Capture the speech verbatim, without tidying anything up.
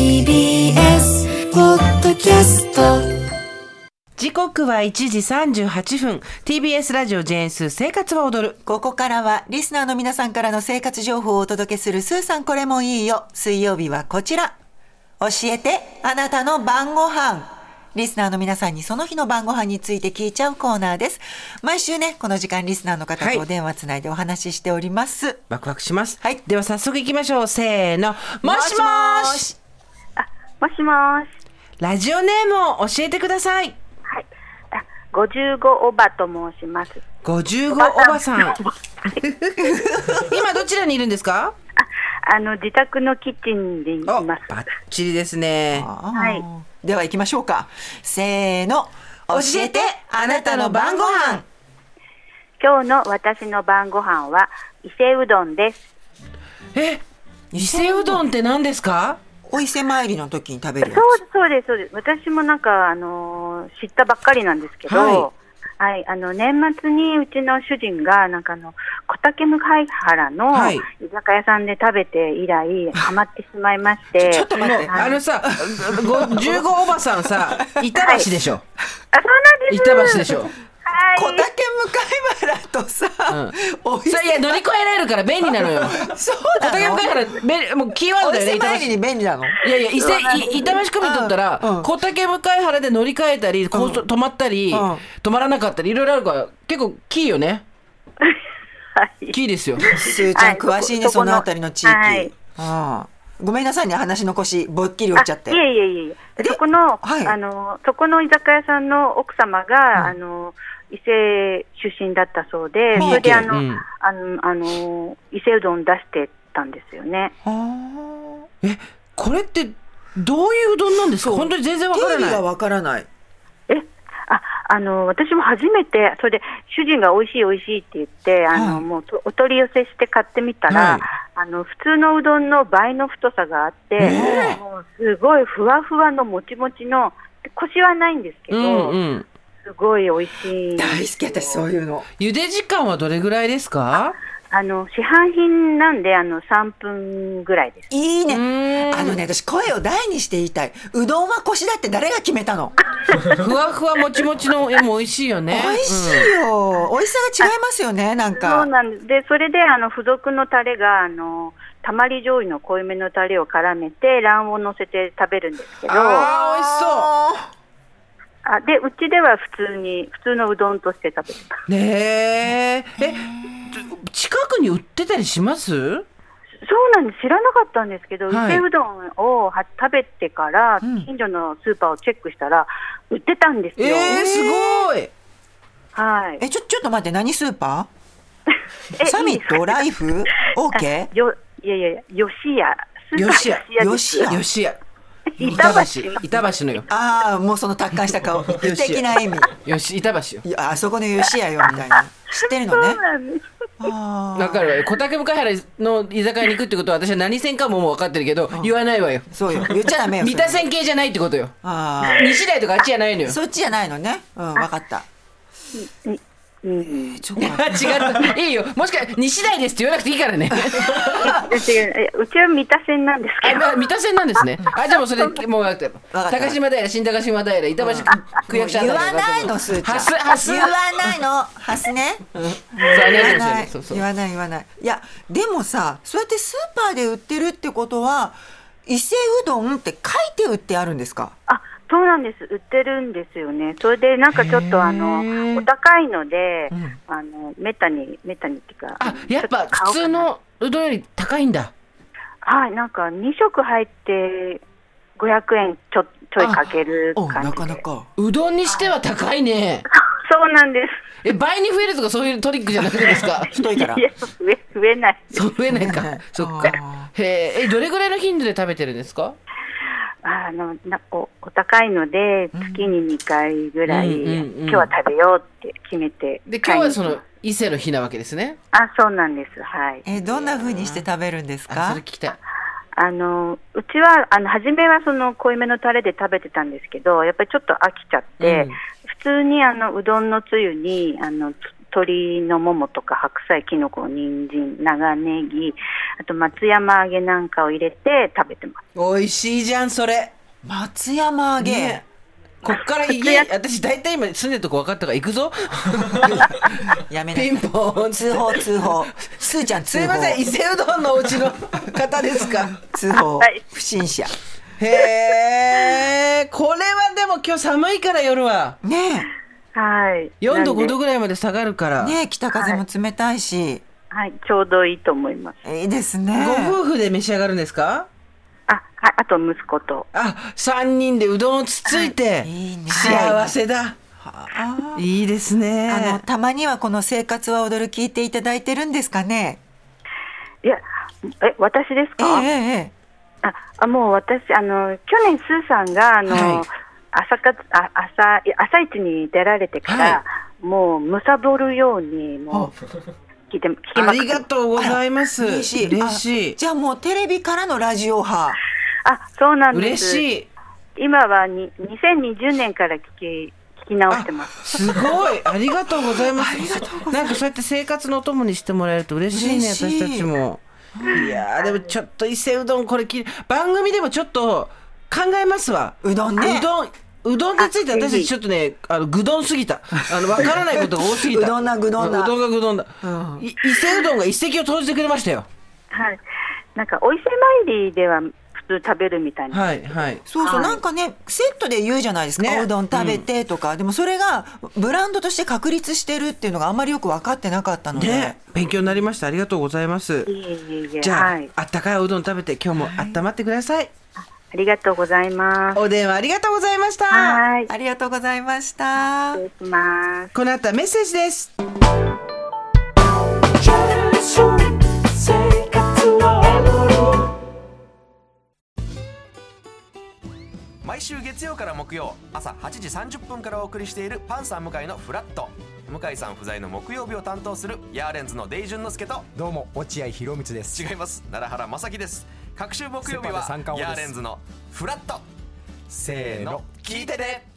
ービーエス ポッドキャスト。 時刻はいちじさんじゅうはっぷん。 ティービーエス ラジオジェーンスー生活は踊る。 ここからはリスナーの皆さんからの生活情報をお届けするスーさんこれもいいよ。水曜日はこちら、教えてあなたの晩ご飯。リスナーの皆さんにその日の晩ご飯について聞いちゃうコーナーです。毎週ね、この時間リスナーの方とお電話つないでお話ししております、はい、 ワクワクします、 はい、 では早速いきましょう。せーの、もしもーし。 あ、もしもーし。 ラジオネームを教えてください。 はい、あ、ごじゅうごおばと申します。 ごじゅうごおばさん今どちらにいるんですか？ あ、あの自宅のキッチンでいます。 バッチリですね。 はい、 では行きましょうか。せーの、教えてあなたの晩ご飯。 今日の私の晩ご飯は伊勢うどんです。 え、伊勢うどんって何ですか？ お伊勢参りの時に食べるやつ。 そうそうですそうです。私もなんかあのー、知ったばっかりなんですけど、はいはい、あの年末にうちの主人がなんかあの小竹向原の居酒屋さんで食べて以来ハマってしまいまして、 ちょっと待って、 あのさごじゅうごおばさんさ板橋でしょ、はい、 あ、そうなんです。 板橋でしょ。 はい、 小竹向原とさ、うん、お伊勢、 いや乗り越えられるから便利なのよそうなの。小竹向原べもうキーワードだよね。 お伊勢参りに便利なの。 いやいや伊勢板橋区民とったら、うん、小竹向原で乗り換えたり、うん、止まったり、うん、止まらなかったりいろいろあるから結構キーよねはい、キーですよ。 すーちゃん詳しいね、はい、そのあたりの地域、はい、あごめんなさいね、話の腰ぼっきり折っちゃって。 いえいえいえ、そこの、はい、あのそこの居酒屋さんの奥様が、うん、あの伊勢出身だったそうで、それであの、うん、あのあの伊勢うどん出してたんですよね。 はえ、これってどういううどんなんですか？本当に全然わからない。 定義がわからない。 え、あ、あの私も初めてそれで主人が美味しい美味しいって言ってあの、はい、もうお取り寄せして買ってみたら、はい、あの普通のうどんの倍の太さがあって、えー、もうすごいふわふわのもちもちの、コシはないんですけど、うんうん、すごい美味しい。 大好き、私そういうの。 茹で時間はどれぐらいですか？ ああの市販品なんであのさんぷんぐらいです。 いいね。あのね、私声を大にして言いたい。うどんはコシだって誰が決めたの？ ふわふわもちもちの絵も美味しいよね。 美味しいよ、うん、美味しさが違いますよね。なんかそうなんです。でそれであの付属のタレがあのたまり醤油の濃いめのタレを絡めて卵黄を乗せて食べるんですけど、 あー美味しそう。 あでうちでは普通に普通のうどんとして食べてた。 ねえ、え近くに売ってたりします？ そうなんです。知らなかったんですけど、はい、伊勢うどんをは食べてから近所のスーパーをチェックしたら売ってたんですよ。 えー、すごい。 はい。 えちょちょっと待って、何スーパー？サミットライフ OK？ よいやいやいや吉屋吉屋吉屋吉屋板橋板橋のよ。 ああ、もうその達観した顔素敵な意味。 よし板橋よ。 いや、あそこの吉屋よみたいな知ってるのね。 そうなんです。 あだから小竹向原の居酒屋に行くってことは私は何線かももう分かってるけど、うん、言わないわよ。 そうよ、言っちゃダメよ。 三田線系じゃないってことよ。 あ西台とかあっちじゃないのよ。 そっちじゃないのね。うん、分かった。 うん、 ちょっと違ったいいよ、もしか西台ですって言わなくていいからね違う、うちは三田線なんですけど。 あ、三田線なんですね。あ、じゃあもうそれもう分かったよ。高島平、新高島平、板橋区役所あたり。 言わないの、すーちゃん。 はすはす言わないの、はすね。 うん、そう言わない、 そうそう言わない言わない。いやでもさ、そうやってスーパーで売ってるってことは伊勢うどんって書いて売ってあるんですか？ あ、そうなんです。売ってるんですよね。それでなんかちょっとあのお高いので、うん、あのめったにめったにっていうか、 あ、やっぱ普通のうどんより高いんだ。 はい、なんかに食入ってごひゃくえんちょちょいかける感じで。 なかなかうどんにしては高いね。 そうなんです。 え、倍に増えるとかそういうトリックじゃなくてですか？ 太いから。 いや、増え、増えない。 そう増えないか。そっか。へえ、どれぐらいの頻度で食べてるんですか？ あのな お, お高いので月ににかいぐらい、うんうんうんうん、今日は食べようって決めて。 で今日はその伊勢の日なわけですね。 あ、そうなんです。はい。 えどんな風にして食べるんですか？ あ、それ聞きたい。 あのうちはあの初めはその濃いめのタレで食べてたんですけど、やっぱりちょっと飽きちゃって、うん、普通にあのうどんのつゆにあの鶏のももとか白菜、きのこ、人参、長ネギ、あと松山揚げなんかを入れて食べてます。 美味しいじゃんそれ。 松山揚げ、 ね、こっから家、私大体今住んでるとこ分かったから行くぞ。 やめなピンポン。 通報通報。すーちゃん通報。 すいません、伊勢うどんのお家の方ですか。 通報、 はい、 不審者。 へえ、これはでも今日寒いから夜はねえ、はい、 よんどごどぐらいまで下がるからね、北風も冷たいし、 はい、ちょうどいいと思います。 いいですね。 ご夫婦で召し上がるんですか。 あ、はい、あと息子と。 あ、さんにんでうどんをつついて、はい、いいね、幸せだ、はあ、いいですね。 あのたまにはこの生活は踊る聞いていただいてるんですかね。 いや、え、私ですか。 ええええ、 ああ、もう私、あの去年スーさんがあの、はい、朝かあ 朝, 朝一に出られてから、はい、もうむさぼるようにもう聞いて聞きまありがとうございます。嬉しい。嬉しい。 じゃあもうテレビからのラジオ派。 あ、そうなんです。 嬉しい。 今はににせんにじゅうねんから聞き聞き直してます。 すごい、ありがとうございます。なんかそうやって生活のお供にしてもらえると嬉しいね。私たちも。いやー、でもちょっと伊勢うどんこれき番組でもちょっと考えますわ。 うどんね。 うどんうどんについて私たちちょっとね、あのぐどんすぎた、あの分からないことが多すぎた。 うどんなぐどんだ。 うどんがぐどんだ。うん、伊勢うどんが一石を投じてくれましたよ。 はい。なんかお伊勢参りでは普通食べるみたいな。 はいはい。 そうそう、 はい、 なんかねセットで言うじゃないですか、ね、おうどん食べてとか、うん、でもそれがブランドとして確立してるっていうのがあんまりよく分かってなかったので、 ね、勉強になりました。ありがとうございます。 いえいえいえ、 じゃあ、 はい、 あったかいおうどん食べて今日もあったまってください。 はい、ありがとうございます。 お電話ありがとうございました。 はい、 ありがとうございました。 失礼します。 この後はメッセージです。 毎週月曜から木曜朝はちじさんじゅっぷんからお送りしているパンサー向井のフラット。向井さん不在の木曜日を担当するヤーレンズのデイジュンの之介と、 どうも落合博満です。 違います、奈良原正樹です。各週木曜日はヤーレンズのフラット。せーの、聞いてね。